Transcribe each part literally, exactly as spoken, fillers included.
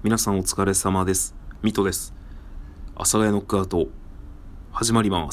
皆さんお疲れ様です。ミトです。阿佐ヶ谷ノックアウト始まります。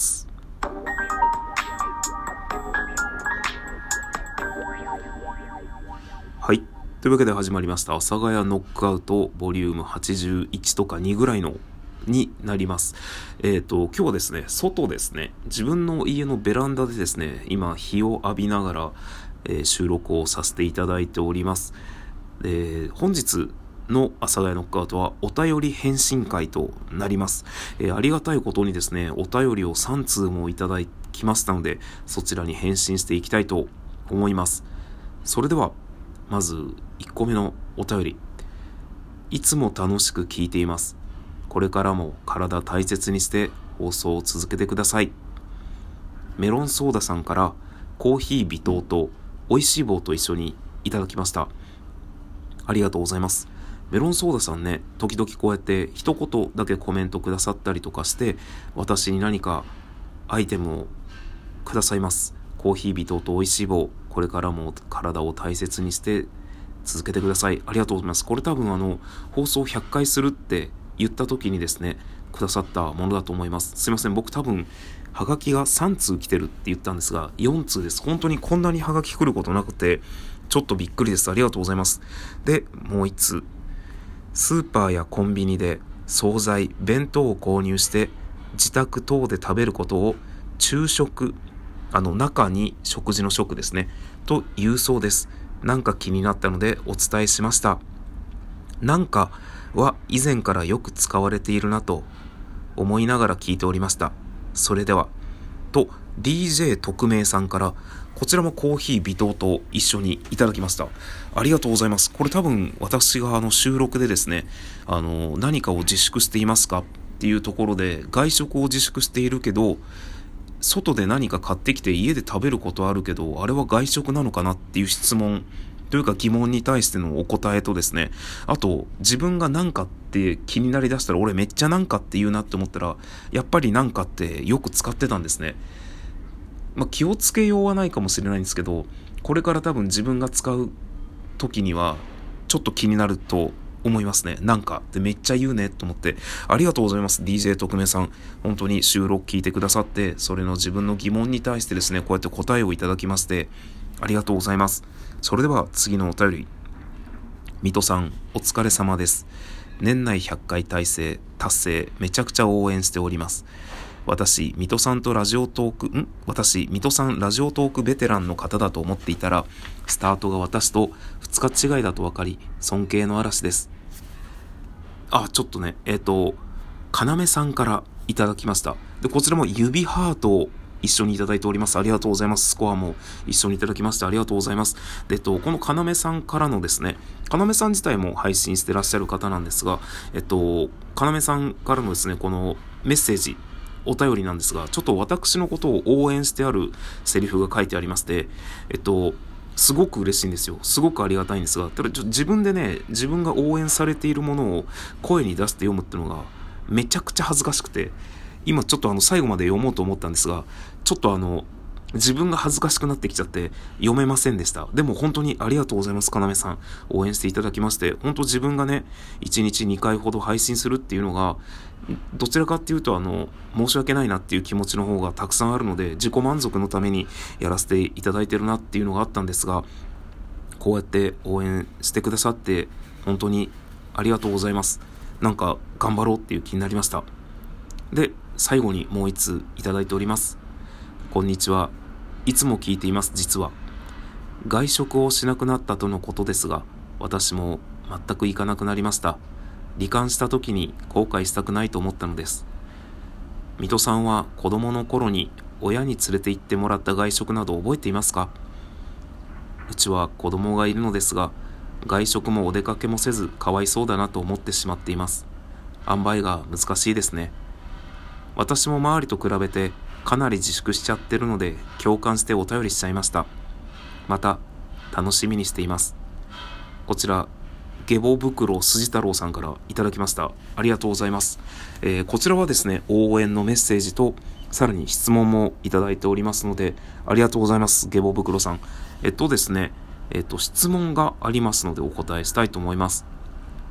はい、というわけで始まりました阿佐ヶ谷ノックアウトボリュームはちじゅういちとかにぐらいのになります。えっと今日はですね、外ですね、自分の家のベランダでですね、今日を浴びながら、えー、収録をさせていただいております。えー、本日の阿佐ヶ谷ノックアウトはお便り返信会となります。えー、ありがたいことにですね、お便りをさん通もいただきましたので、そちらに返信していきたいと思います。それではまずいっこめのお便り。いつも楽しく聞いています。これからも体大切にして放送を続けてください。メロンソーダさんからコーヒー微糖と美味しい棒と一緒にいただきました。ありがとうございます。メロンソーダさんね、時々こうやって一言だけコメントくださったりとかして、私に何かアイテムをくださいます。コーヒー微糖と美味しい棒、これからも体を大切にして続けてください。ありがとうございます。これ多分あの放送ひゃっかいするって言った時にですね、くださったものだと思います。すいません、僕多分ハガキがさん通来てるって言ったんですがよん通です。本当にこんなにハガキ来ることなくてちょっとびっくりです。ありがとうございます。で、もういっ通。スーパーやコンビニで惣菜、弁当を購入して自宅等で食べることを昼食、あの中に食事の食ですね、と言うそうです。なんか気になったのでお伝えしました。なんかは以前からよく使われているなと思いながら聞いておりました。それではと ディージェー 特命さんからこちらもコーヒー微糖と一緒にいただきました。ありがとうございます。これ多分私があの収録でですね、あの何かを自粛していますかっていうところで、外食を自粛しているけど外で何か買ってきて家で食べることあるけど、あれは外食なのかなっていう質問というか疑問に対してのお答えとですね、あと自分が何かって気になりだしたら、俺めっちゃ何かって言うなって思ったら、やっぱり何かってよく使ってたんですね。まあ、気をつけようはないかもしれないんですけど、これから多分自分が使う時にはちょっと気になると思いますね。なんかでめっちゃ言うねと思って、ありがとうございます。 ディージェー 特命さん、本当に収録聞いてくださって、それの自分の疑問に対してですね、こうやって答えをいただきましてありがとうございます。それでは次のお便り。水戸さん、お疲れ様です。年内ひゃっかい体制達成、めちゃくちゃ応援しております。私、水戸さんとラジオトーク、ん私、水戸さんラジオトークベテランの方だと思っていたら、スタートが私とふつか違いだと分かり、尊敬の嵐です。あ、ちょっとね、えっと、かなめさんからいただきました。で、こちらも指ハートを一緒にいただいております。ありがとうございます。スコアも一緒にいただきましてありがとうございます。で、えっと、このかなめさんからのですね、かなめさん自体も配信してらっしゃる方なんですが、えっと、かなめさんからのですね、このメッセージ、お便りなんですが、ちょっと私のことを応援してあるセリフが書いてありまして、えっと、すごく嬉しいんですよ。すごくありがたいんですが、ただちょ自分でね、自分が応援されているものを声に出して読むっていうのがめちゃくちゃ恥ずかしくて、今ちょっとあの最後まで読もうと思ったんですが、ちょっとあの自分が恥ずかしくなってきちゃって読めませんでした。でも本当にありがとうございます。かなめさん、応援していただきまして、本当自分がね、いちにちにかいほど配信するっていうのが、どちらかっていうとあの申し訳ないなっていう気持ちの方がたくさんあるので、自己満足のためにやらせていただいてるなっていうのがあったんですが、こうやって応援してくださって本当にありがとうございます。なんか頑張ろうっていう気になりました。で、最後にもう一通いただいております。こんにちは。いつも聞いています。実は外食をしなくなったとのことですが、私も全く行かなくなりました。罹患した時に後悔したくないと思ったのです。水戸さんは子供の頃に親に連れて行ってもらった外食など覚えていますか？うちは子供がいるのですが、外食もお出かけもせずかわいそうだなと思ってしまっています。塩梅が難しいですね。私も周りと比べてかなり自粛しちゃってるので、共感してお便りしちゃいました。また楽しみにしています。こちら下坊袋筋太郎さんからいただきました。ありがとうございます。えー、こちらはですね、応援のメッセージとさらに質問もいただいておりますので、ありがとうございます。下坊袋さん。えっとですね、えっと質問がありますのでお答えしたいと思います。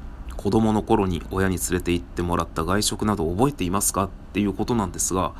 子供の頃に親に連れて行ってもらった外食など覚えていますかっていうことなんですが、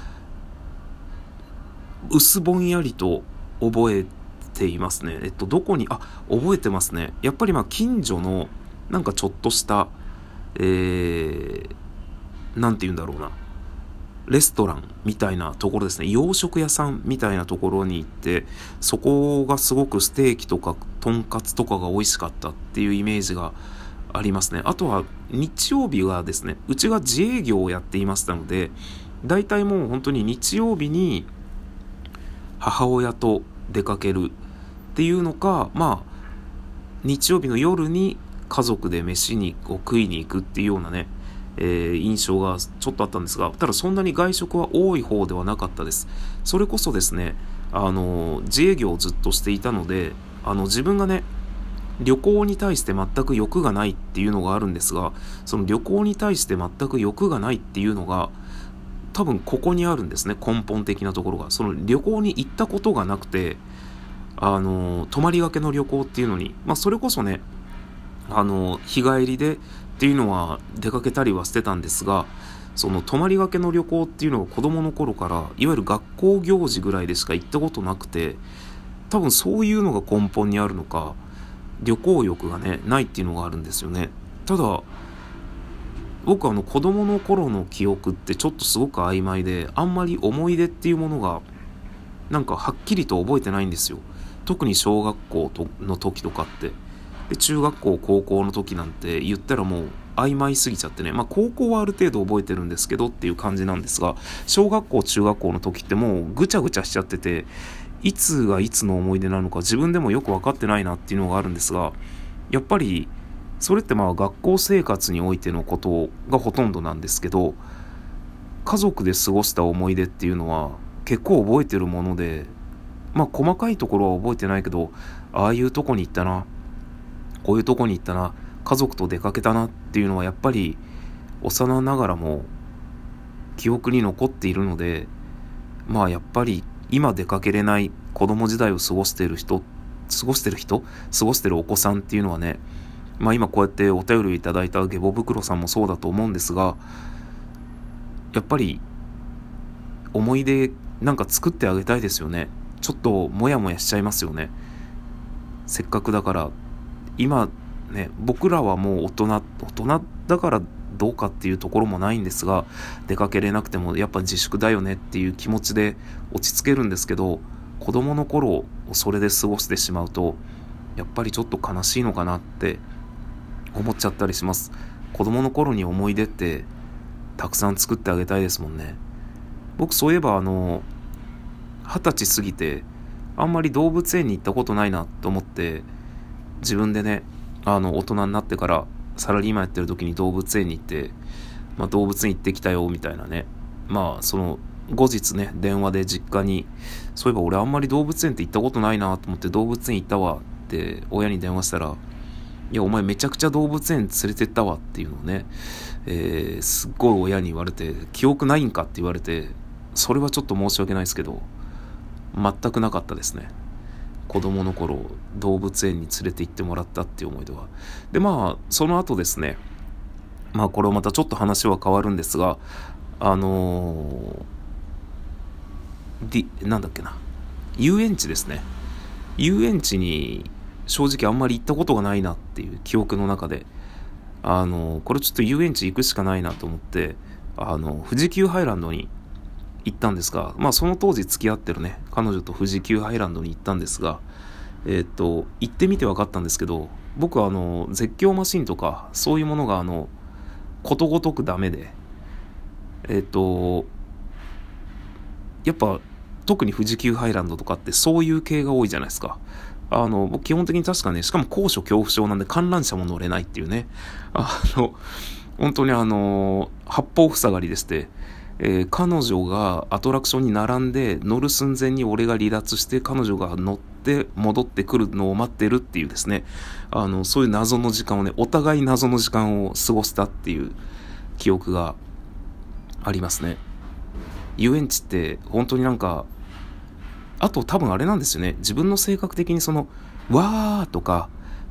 薄ぼんやりと覚えていますね。えっと、どこに、あ、覚えてますね。やっぱりまあ近所のなんかちょっとした、えー、なんて言うんだろうな。レストランみたいなところですね。洋食屋さんみたいなところに行って、そこがすごくステーキとかとんかつとかが美味しかったっていうイメージがありますね。あとは日曜日はですね、うちが自営業をやっていましたので、だいたいもう本当に日曜日に母親と出かけるっていうのか、まあ日曜日の夜に家族で飯にこう食いに行くっていうようなね、えー、印象がちょっとあったんですが、ただそんなに外食は多い方ではなかったです。それこそですね、あの自営業をずっとしていたので、あの自分がね、旅行に対して全く欲がないっていうのがあるんですが、その旅行に対して全く欲がないっていうのが多分ここにあるんですね。根本的なところが、その旅行に行ったことがなくて、あの泊まりがけの旅行っていうのに、まあそれこそね、あの日帰りでっていうのは出かけたりはしてたんですが、その泊まりがけの旅行っていうのが子供の頃からいわゆる学校行事ぐらいでしか行ったことなくて、多分そういうのが根本にあるのか、旅行欲がねないっていうのがあるんですよね。ただ僕あの子供の頃の記憶ってちょっとすごく曖昧で、あんまり思い出っていうものがなんかはっきりと覚えてないんですよ。特に小学校の時とかって。で中学校高校の時なんて言ったらもう曖昧すぎちゃってね、まあ高校はある程度覚えてるんですけどっていう感じなんですが、小学校中学校の時ってもうぐちゃぐちゃしちゃってて、いつがいつの思い出なのか自分でもよく分かってないなっていうのがあるんですが、やっぱりそれってまあ学校生活においてのことがほとんどなんですけど、家族で過ごした思い出っていうのは結構覚えてるもので、まあ細かいところは覚えてないけど、ああいうとこに行ったな、こういうとこに行ったな、家族と出かけたなっていうのはやっぱり幼ながらも記憶に残っているので、まあやっぱり今出かけれない子供時代を過ごしている人、過ごしてる人、過ごしてるお子さんっていうのはね、まあ今こうやってお便りいただいたゲボ袋さんもそうだと思うんですが、やっぱり思い出なんか作ってあげたいですよね。ちょっとモヤモヤしちゃいますよね。せっかくだから今ね、僕らはもう大人大人だからどうかっていうところもないんですが、出かけれなくてもやっぱ自粛だよねっていう気持ちで落ち着けるんですけど、子供の頃をそれで過ごしてしまうとやっぱりちょっと悲しいのかなって思っちゃったりします。子供の頃に思い出ってたくさん作ってあげたいですもんね。僕そういえばあの二十歳過ぎてあんまり動物園に行ったことないなと思って、自分でね、あの大人になってからサラリーマンやってる時に動物園に行って、まあ、動物園行ってきたよみたいなね、まあその後日ね電話で実家に、そういえば俺あんまり動物園って行ったことないなと思って動物園行ったわって親に電話したら、いやお前めちゃくちゃ動物園連れてったわっていうのをね、えー、すっごい親に言われて、記憶ないんかって言われて、それはちょっと申し訳ないですけど全くなかったですね。子供の頃動物園に連れて行ってもらったっていう思い出は。でまあその後ですね、まあこれはまたちょっと話は変わるんですが、あのー、デなんだっけな遊園地ですね。遊園地に正直あんまり行ったことがないなっていう記憶の中で、あのー、これちょっと遊園地行くしかないなと思って、あの富士急ハイランドに行ったんですが、まあその当時付き合ってるね彼女と富士急ハイランドに行ったんですが、えっと行ってみて分かったんですけど、僕はあの絶叫マシンとかそういうものがあのことごとくダメで、えっとやっぱ特に富士急ハイランドとかってそういう系が多いじゃないですか。あの僕基本的に確かね、しかも高所恐怖症なんで観覧車も乗れないっていうね、あの本当にあの八方塞がりでして、えー、彼女がアトラクションに並んで乗る寸前に俺が離脱して彼女が乗って戻ってくるのを待ってるっていうですね、あのそういう謎の時間をね、お互い謎の時間を過ごしたっていう記憶がありますね。遊園地って本当になんか、あと多分あれなんですよね、自分の性格的にそのわーとか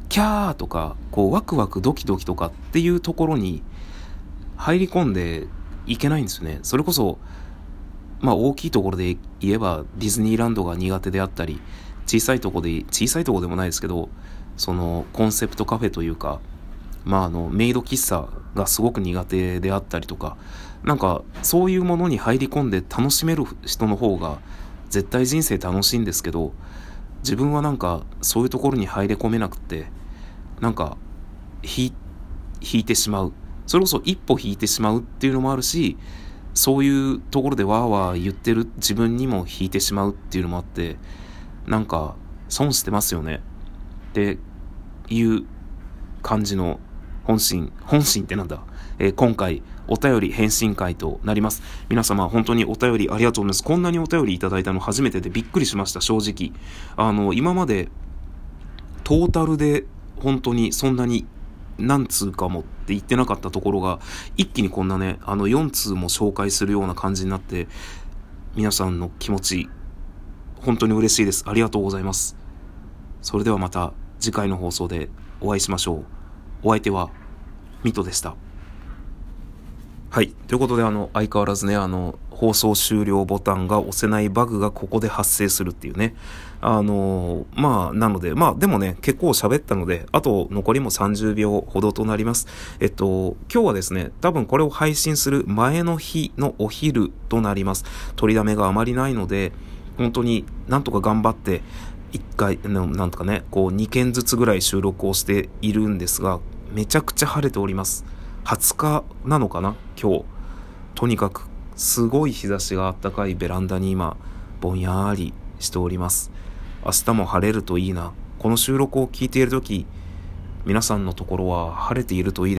キャーとか、こう、ワクワクドキドキとかっていうところに入り込んでいけないんですよね。それこそ、まあ大きいところで言えばディズニーランドが苦手であったり、小さいところで、小さいところでもないですけど、そのコンセプトカフェというか、まああの、メイド喫茶がすごく苦手であったりとか、なんかそういうものに入り込んで楽しめる人の方が絶対人生楽しいんですけど、自分はなんかそういうところに入れ込めなくて、なんか引いてしまう、それこそ一歩引いてしまうっていうのもあるし、そういうところでわーわー言ってる自分にも引いてしまうっていうのもあって、なんか損してますよねっていう感じの本心本心ってなんだ、えー、今回お便り返信会となります。皆様本当にお便りありがとうございます。こんなにお便りいただいたの初めてでびっくりしました。正直あの今までトータルで本当にそんなに何通かもって言ってなかったところが一気にこんなね、あのよん通も紹介するような感じになって、皆さんの気持ち本当に嬉しいです。ありがとうございます。それではまた次回の放送でお会いしましょう。お相手はミトでした。はい。ということで、あの、相変わらずね、あの、放送終了ボタンが押せないバグがここで発生するっていうね。あの、まあ、なので、まあ、でもね、結構喋ったので、あと残りもさんじゅうびょうほどとなります。えっと、今日はですね、多分これを配信する前の日のお昼となります。取りだめがあまりないので、本当になんとか頑張って、一回、なんとかね、こうにけんずつぐらい収録をしているんですが、めちゃくちゃ晴れております。はつかなのかな今日。とにかくすごい日差しがあったかいベランダに今ぼんやりしております。明日も晴れるといいな。この収録を聞いているとき、皆さんのところは晴れているといい